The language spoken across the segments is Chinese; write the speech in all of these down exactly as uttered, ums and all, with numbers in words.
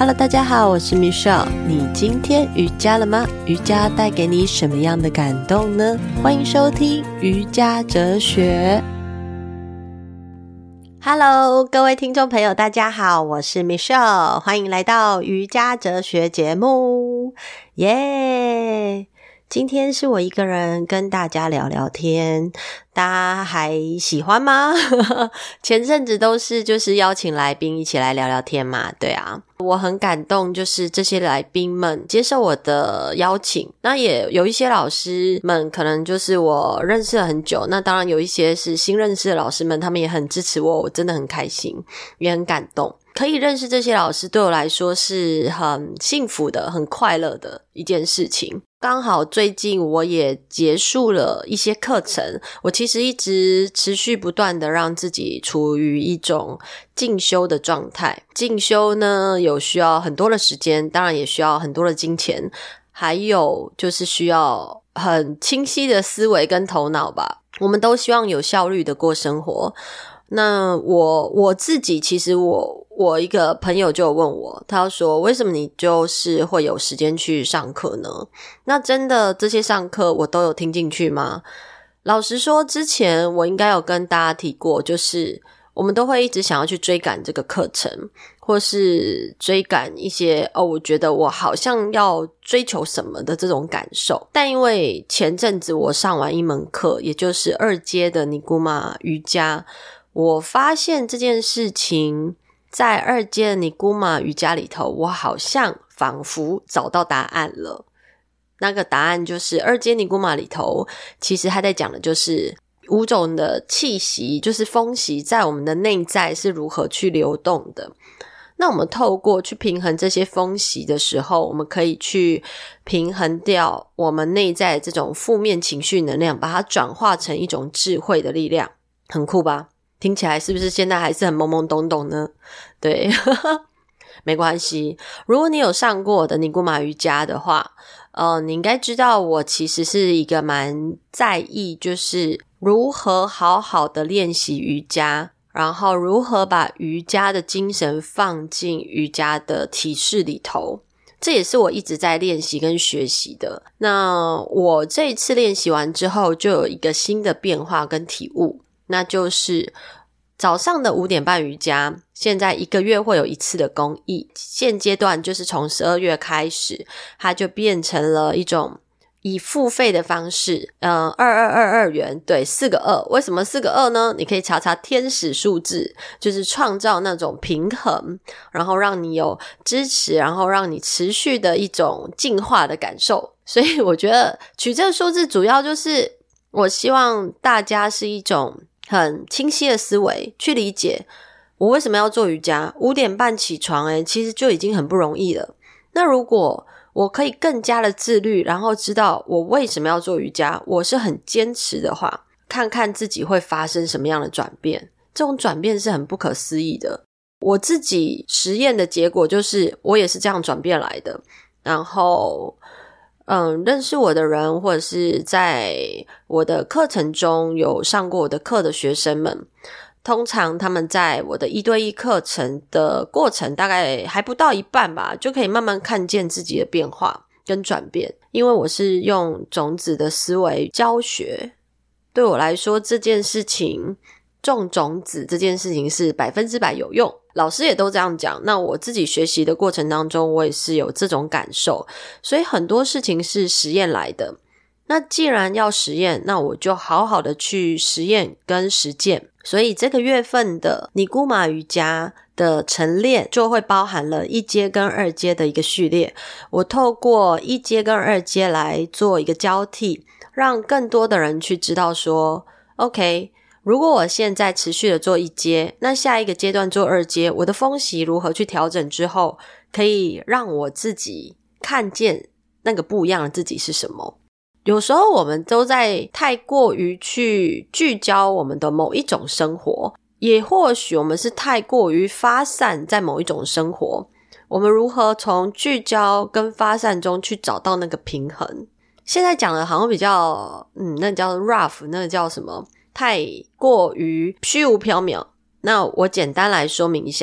Hello， 大家好，我是 Michelle。你今天瑜伽了吗？瑜伽带给你什么样的感动呢？欢迎收听瑜伽哲学。Hello， 各位听众朋友，大家好，我是 Michelle， 欢迎来到瑜伽哲学节目，耶、yeah!今天是我一个人跟大家聊聊天，大家还喜欢吗？前阵子都是就是邀请来宾一起来聊聊天嘛，对啊，我很感动，就是这些来宾们接受我的邀请，那也有一些老师们可能就是我认识了很久，那当然有一些是新认识的老师们，他们也很支持我，我真的很开心，也很感动。可以认识这些老师对我来说是很幸福的，很快乐的一件事情。刚好最近我也结束了一些课程，我其实一直持续不断的让自己处于一种进修的状态。进修呢有需要很多的时间，当然也需要很多的金钱，还有就是需要很清晰的思维跟头脑吧。我们都希望有效率的过生活。那我我自己其实我我一个朋友就有问我，他说为什么你就是会有时间去上课呢？那真的这些上课我都有听进去吗？老实说，之前我应该有跟大家提过，就是我们都会一直想要去追赶这个课程，或是追赶一些哦，我觉得我好像要追求什么的这种感受。但因为前阵子我上完一门课，也就是二阶的尼古马瑜伽，我发现这件事情在二阶的尼古马瑜伽里头，我好像仿佛找到答案了。那个答案就是二阶尼古马里头，其实他在讲的就是五种的气息，就是风息在我们的内在是如何去流动的。那我们透过去平衡这些风息的时候，我们可以去平衡掉我们内在的这种负面情绪能量，把它转化成一种智慧的力量。很酷吧？听起来是不是现在还是很懵懵懂懂呢？对没关系，如果你有上过我的尼古马瑜伽的话，呃，你应该知道我其实是一个蛮在意就是如何好好的练习瑜伽，然后如何把瑜伽的精神放进瑜伽的体式里头，这也是我一直在练习跟学习的。那我这一次练习完之后就有一个新的变化跟体悟，那就是早上的五点半瑜伽，现在一个月会有一次的公益，现阶段就是从十二月开始，它就变成了一种以付费的方式，嗯，二二二二元，对，四个二。为什么四个二呢？你可以查查天使数字，就是创造那种平衡，然后让你有支持，然后让你持续的一种进化的感受。所以我觉得取这个数字主要就是我希望大家是一种很清晰的思维去理解我为什么要做瑜伽。五点半起床诶，其实就已经很不容易了。那如果我可以更加的自律，然后知道我为什么要做瑜伽，我是很坚持的话，看看自己会发生什么样的转变。这种转变是很不可思议的。我自己实验的结果就是我也是这样转变来的。然后嗯，认识我的人或者是在我的课程中有上过我的课的学生们，通常他们在我的一对一课程的过程大概还不到一半吧，就可以慢慢看见自己的变化跟转变。因为我是用种子的思维教学，对我来说这件事情，种种子这件事情是百分之百有用，老师也都这样讲。那我自己学习的过程当中，我也是有这种感受，所以很多事情是实验来的。那既然要实验，那我就好好的去实验跟实践。所以这个月份的尼古马瑜伽的晨练就会包含了一阶跟二阶的一个序列，我透过一阶跟二阶来做一个交替，让更多的人去知道说 OK，如果我现在持续的做一阶，那下一个阶段做二阶，我的风息如何去调整之后，可以让我自己看见那个不一样的自己是什么。有时候我们都在太过于去聚焦我们的某一种生活，也或许我们是太过于发散在某一种生活。我们如何从聚焦跟发散中去找到那个平衡？现在讲的好像比较嗯，那叫 rough， 那个叫什么？太过于虚无缥缈。那我简单来说明一下，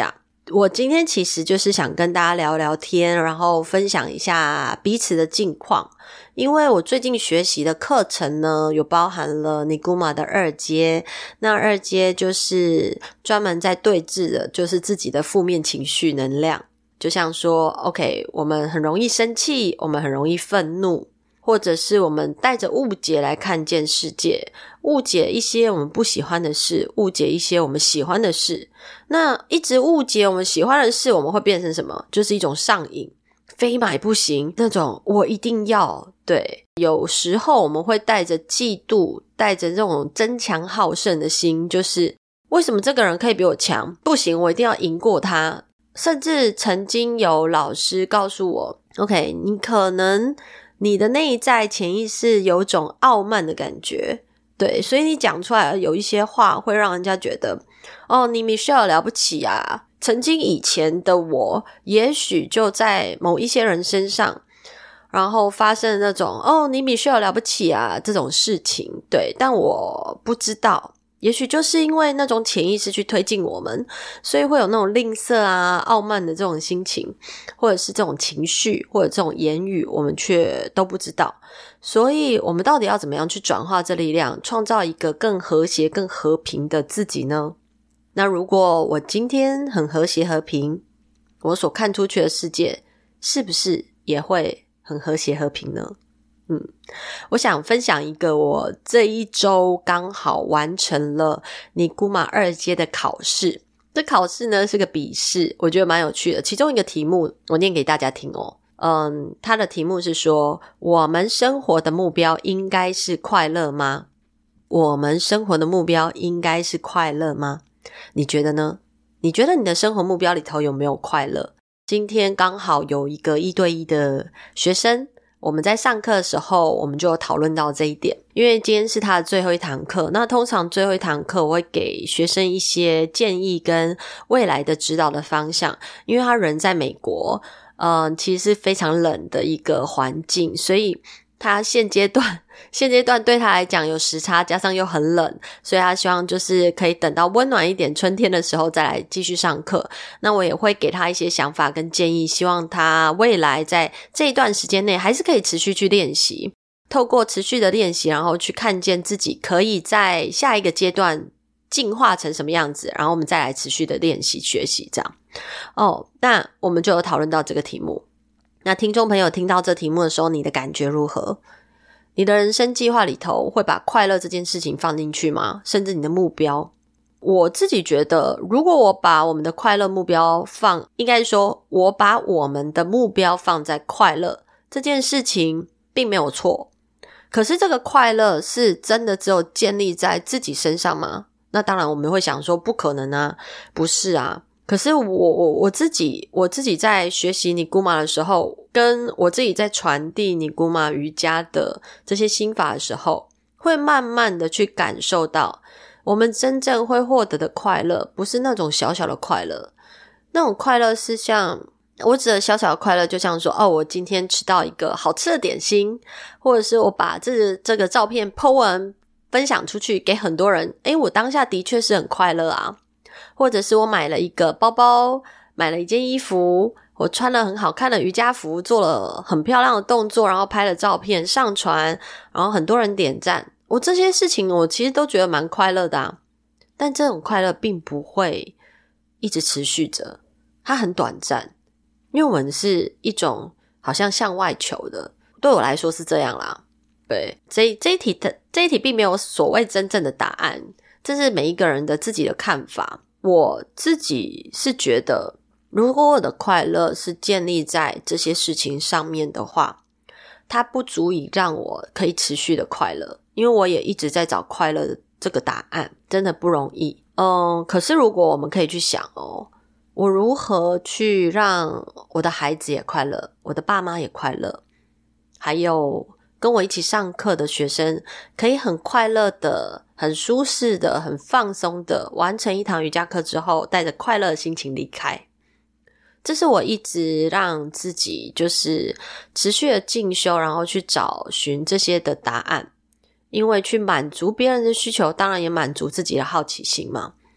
我今天其实就是想跟大家聊聊天，然后分享一下彼此的近况。因为我最近学习的课程呢，有包含了尼古玛的二阶，那二阶就是专门在对峙的，就是自己的负面情绪能量。就像说 OK 我们很容易生气，我们很容易愤怒，或者是我们带着误解来看见世界，误解一些我们不喜欢的事，误解一些我们喜欢的事。那一直误解我们喜欢的事，我们会变成什么？就是一种上瘾，非买不行，那种我一定要。对，有时候我们会带着嫉妒，带着这种争强好胜的心，就是为什么这个人可以比我强？不行，我一定要赢过他。甚至曾经有老师告诉我 OK 你可能你的内在潜意识有种傲慢的感觉，对，所以你讲出来有一些话会让人家觉得哦，你 Michelle 了不起啊。曾经以前的我也许就在某一些人身上然后发生那种哦，你 Michelle 了不起啊这种事情，对，但我不知道，也许就是因为那种潜意识去推进我们，所以会有那种吝啬啊傲慢的这种心情，或者是这种情绪，或者这种言语，我们却都不知道。所以我们到底要怎么样去转化这力量，创造一个更和谐更和平的自己呢？那如果我今天很和谐和平，我所看出去的世界是不是也会很和谐和平呢？嗯，我想分享一个我这一周刚好完成了尼古玛二阶的考试。这考试呢是个笔试，我觉得蛮有趣的。其中一个题目我念给大家听哦。嗯，它的题目是说，我们生活的目标应该是快乐吗？我们生活的目标应该是快乐吗？你觉得呢？你觉得你的生活目标里头有没有快乐？今天刚好有一个一对一的学生，我们在上课的时候我们就有讨论到这一点。因为今天是他的最后一堂课，那通常最后一堂课我会给学生一些建议跟未来的指导的方向。因为他人在美国呃，其实是非常冷的一个环境，所以他现阶段现阶段对他来讲有时差，加上又很冷，所以他希望就是可以等到温暖一点春天的时候再来继续上课。那我也会给他一些想法跟建议，希望他未来在这一段时间内还是可以持续去练习，透过持续的练习，然后去看见自己可以在下一个阶段进化成什么样子，然后我们再来持续的练习学习这样。哦，那我们就有讨论到这个题目。那听众朋友听到这题目的时候，你的感觉如何？你的人生计划里头会把快乐这件事情放进去吗？甚至你的目标？我自己觉得，如果我把我们的快乐目标放，应该说我把我们的目标放在快乐这件事情并没有错。可是这个快乐是真的只有建立在自己身上吗？那当然我们会想说不可能啊，不是啊。可是我我我自己我自己在学习尼古玛的时候，跟我自己在传递尼古玛瑜伽的这些心法的时候，会慢慢的去感受到，我们真正会获得的快乐不是那种小小的快乐。那种快乐是像我指的小小的快乐，就像说哦，我今天吃到一个好吃的点心，或者是我把这这个照片 po 文分享出去给很多人，诶，我当下的确是很快乐啊。或者是我买了一个包包，买了一件衣服，我穿了很好看的瑜伽服，做了很漂亮的动作，然后拍了照片上传，然后很多人点赞，我这些事情我其实都觉得蛮快乐的啊。但这种快乐并不会一直持续着，它很短暂，因为我们是一种好像向外求的，对我来说是这样啦。对，这这一题的这一题并没有所谓真正的答案，这是每一个人的自己的看法。我自己是觉得，如果我的快乐是建立在这些事情上面的话，它不足以让我可以持续的快乐，因为我也一直在找快乐的这个答案，真的不容易。嗯，可是如果我们可以去想哦，我如何去让我的孩子也快乐，我的爸妈也快乐，还有跟我一起上课的学生可以很快乐的、很舒适的、很放松的完成一堂瑜伽课之后，带着快乐的心情离开。这是我一直让自己就是持续的进修，然后去找寻这些的答案。因为去满足别人的需求，当然也满足自己的好奇心嘛。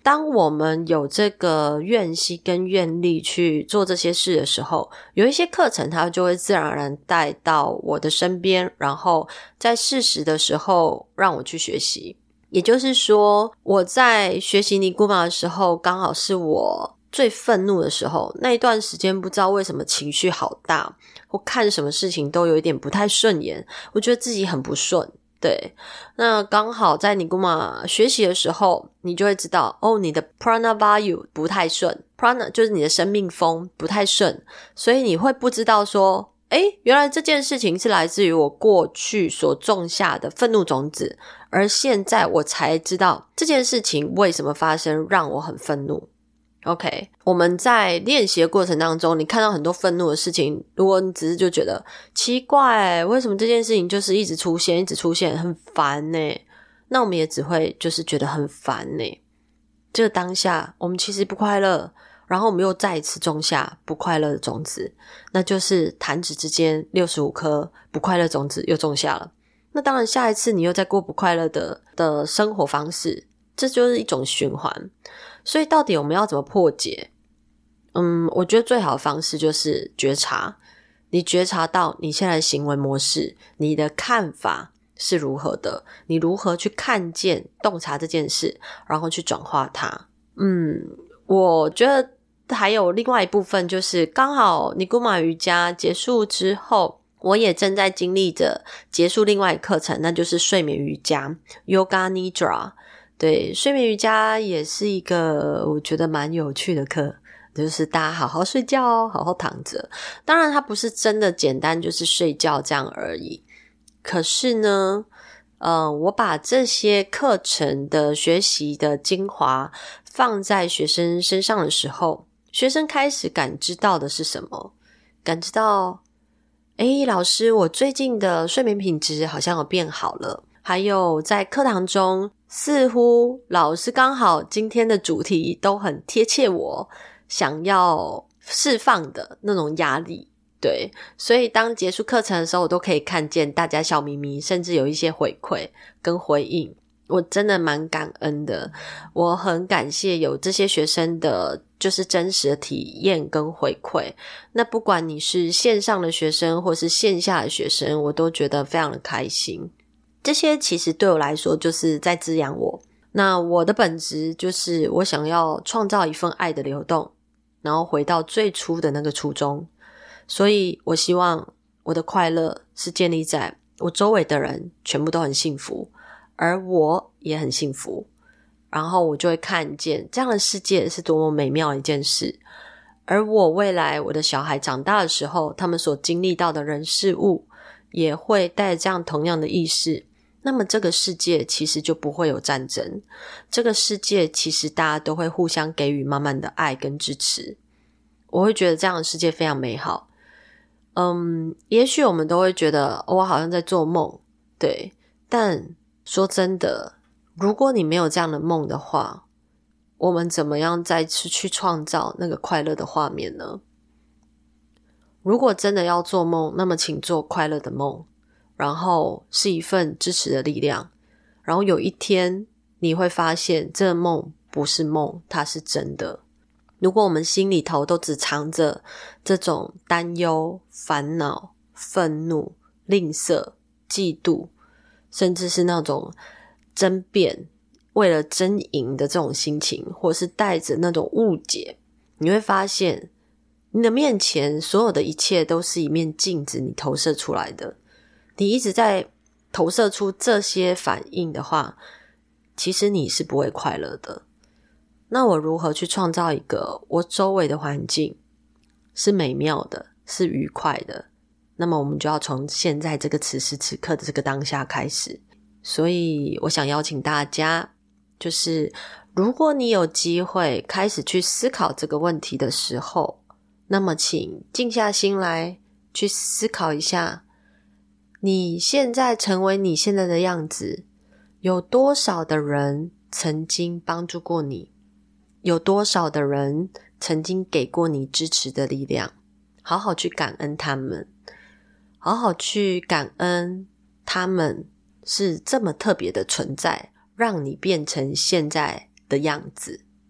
当我们有这个愿心跟愿力去做这些事的时候，有一些课程它就会自然而然带到我的身边，然后在适时的时候让我去学习。也就是说，我在学习尼古玛的时候，刚好是我最愤怒的时候，那一段时间不知道为什么情绪好大，我看什么事情都有一点不太顺眼，我觉得自己很不顺。对，那刚好在尼古玛学习的时候，你就会知道，哦，你的 prana vayu 不太顺， prana 就是你的生命风不太顺，所以你会不知道说，诶，原来这件事情是来自于我过去所种下的愤怒种子，而现在我才知道这件事情为什么发生，让我很愤怒。OK， 我们在练习的过程当中，你看到很多愤怒的事情，如果你只是就觉得奇怪，为什么这件事情就是一直出现一直出现，很烦耶，那我们也只会就是觉得很烦耶。这个当下我们其实不快乐，然后我们又再一次种下不快乐的种子，那就是弹指之间六十五颗不快乐种子又种下了。那当然下一次你又在过不快乐的的生活方式，这就是一种循环。所以到底我们要怎么破解？嗯，我觉得最好的方式就是觉察。你觉察到你现在的行为模式，你的看法是如何的，你如何去看见洞察这件事，然后去转化它。嗯，我觉得还有另外一部分，就是刚好尼古玛瑜伽结束之后，我也正在经历着结束另外一个课程，那就是睡眠瑜伽 Yoga Nidra。对，睡眠瑜伽也是一个我觉得蛮有趣的课，就是大家好好睡觉，好好躺着。当然它不是真的简单就是睡觉这样而已，可是呢呃，我把这些课程的学习的精华放在学生身上的时候，学生开始感知到的是什么？感知到诶，老师，我最近的睡眠品质好像有变好了。还有在课堂中，似乎老师刚好今天的主题都很贴切我想要释放的那种压力。对，所以当结束课程的时候，我都可以看见大家笑眯眯，甚至有一些回馈跟回应，我真的蛮感恩的。我很感谢有这些学生的就是真实的体验跟回馈。那不管你是线上的学生或是线下的学生，我都觉得非常的开心。这些其实对我来说就是在滋养我。那我的本质就是我想要创造一份爱的流动，然后回到最初的那个初衷。所以我希望我的快乐是建立在我周围的人全部都很幸福，而我也很幸福，然后我就会看见这样的世界是多么美妙的一件事。而我未来我的小孩长大的时候，他们所经历到的人事物也会带这样同样的意识，那么这个世界其实就不会有战争，这个世界其实大家都会互相给予满满的爱跟支持。我会觉得这样的世界非常美好。嗯，也许我们都会觉得、哦、我好像在做梦，对，但说真的，如果你没有这样的梦的话，我们怎么样再次去创造那个快乐的画面呢？如果真的要做梦，那么请做快乐的梦，然后是一份支持的力量，然后有一天你会发现这个梦不是梦，它是真的。如果我们心里头都只藏着这种担忧、烦恼、愤怒、吝啬、嫉妒，甚至是那种争辩为了争赢的这种心情，或是带着那种误解，你会发现你的面前所有的一切都是一面镜子，你投射出来的。你一直在投射出这些反应的话，其实你是不会快乐的。那我如何去创造一个我周围的环境是美妙的，是愉快的？那么我们就要从现在这个此时此刻的这个当下开始。所以我想邀请大家，就是如果你有机会开始去思考这个问题的时候，那么请静下心来去思考一下，你现在成为你现在的样子，有多少的人曾经帮助过你？有多少的人曾经给过你支持的力量？好好去感恩他们，好好去感恩他们是这么特别的存在，让你变成现在的样子。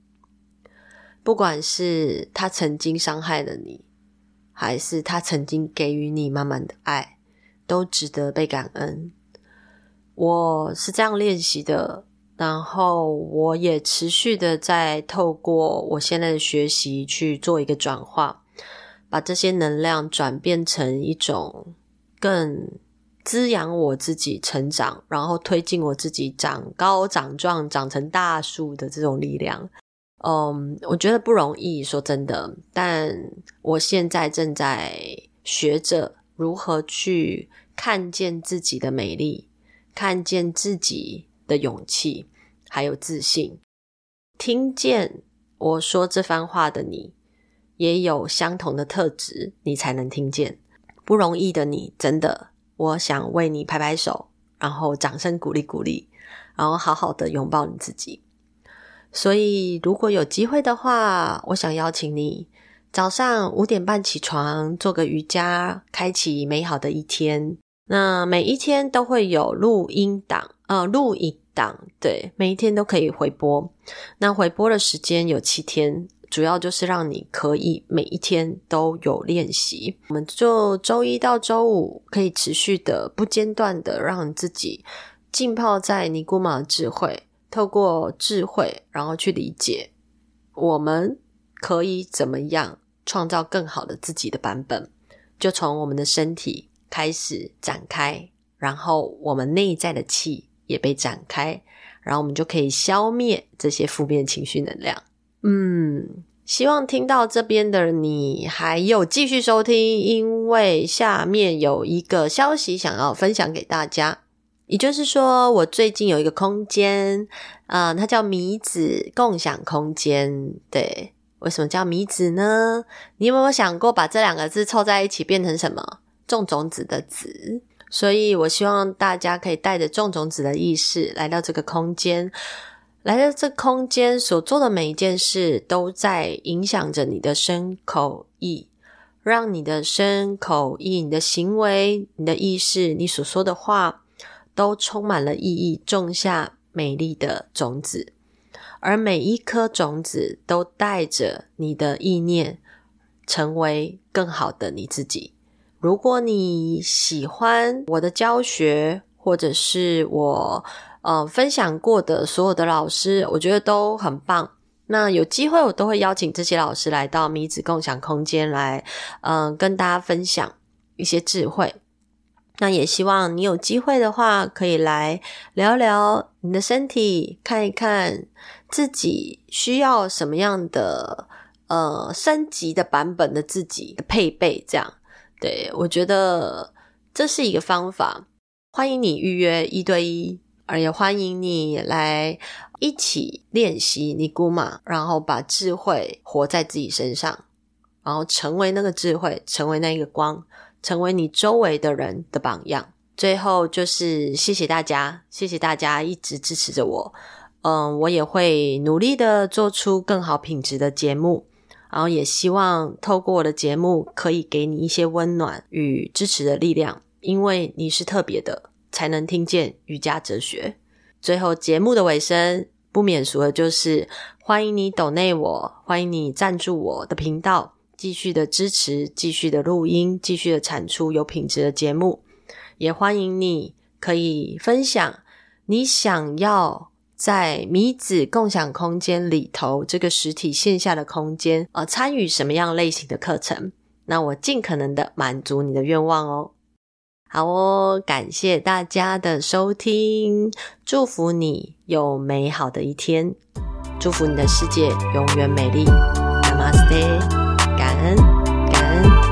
不管是他曾经伤害了你，还是他曾经给予你满满的爱，都值得被感恩。我是这样练习的，然后我也持续的在透过我现在的学习去做一个转化，把这些能量转变成一种更滋养我自己成长，然后推进我自己长高长壮长成大树的这种力量。嗯，我觉得不容易，说真的，但我现在正在学着如何去看见自己的美丽，看见自己的勇气还有自信，听见我说这番话的你也有相同的特质，你才能听见。不容易的你，真的我想为你拍拍手，然后掌声鼓励鼓励，然后好好的拥抱你自己。所以如果有机会的话，我想邀请你早上五点半起床，做个瑜伽，开启美好的一天。那每一天都会有录音档呃，录影档，对，每一天都可以回播。那回播的时间有七天，主要就是让你可以每一天都有练习。我们就周一到周五可以持续的不间断的让自己浸泡在尼姑玛的智慧，透过智慧然后去理解我们可以怎么样创造更好的自己的版本，就从我们的身体开始展开，然后我们内在的气也被展开，然后我们就可以消灭这些负面情绪能量。嗯，希望听到这边的你还有继续收听，因为下面有一个消息想要分享给大家。也就是说，我最近有一个空间，呃，它叫米子共享空间。对，为什么叫米子呢？你有没有想过把这两个字凑在一起变成什么？种种子的子。所以我希望大家可以带着种种子的意识来到这个空间，来到这个空间所做的每一件事都在影响着你的身口意，让你的身口意、你的行为、你的意识、你所说的话都充满了意义，种下美丽的种子。而每一颗种子都带着你的意念，成为更好的你自己。如果你喜欢我的教学，或者是我呃分享过的所有的老师，我觉得都很棒。那有机会我都会邀请这些老师来到米子共享空间来嗯、呃、跟大家分享一些智慧。那也希望你有机会的话可以来聊聊你的身体，看一看自己需要什么样的呃升级的版本的自己的配备，这样。对，我觉得这是一个方法，欢迎你预约一对一，而也欢迎你来一起练习尼姑玛，然后把智慧活在自己身上，然后成为那个智慧，成为那个光，成为你周围的人的榜样。最后就是谢谢大家，谢谢大家一直支持着我，嗯，我也会努力的做出更好品质的节目，然后也希望透过我的节目可以给你一些温暖与支持的力量，因为你是特别的，才能听见瑜伽哲学。最后节目的尾声不免俗的就是欢迎你抖内我，欢迎你赞助我的频道，继续的支持，继续的录音，继续的产出有品质的节目。也欢迎你可以分享你想要在米子共享空间里头这个实体线下的空间呃，参与什么样类型的课程，那我尽可能的满足你的愿望哦。好哦，感谢大家的收听，祝福你有美好的一天，祝福你的世界永远美丽。 Namaste， 感恩感恩。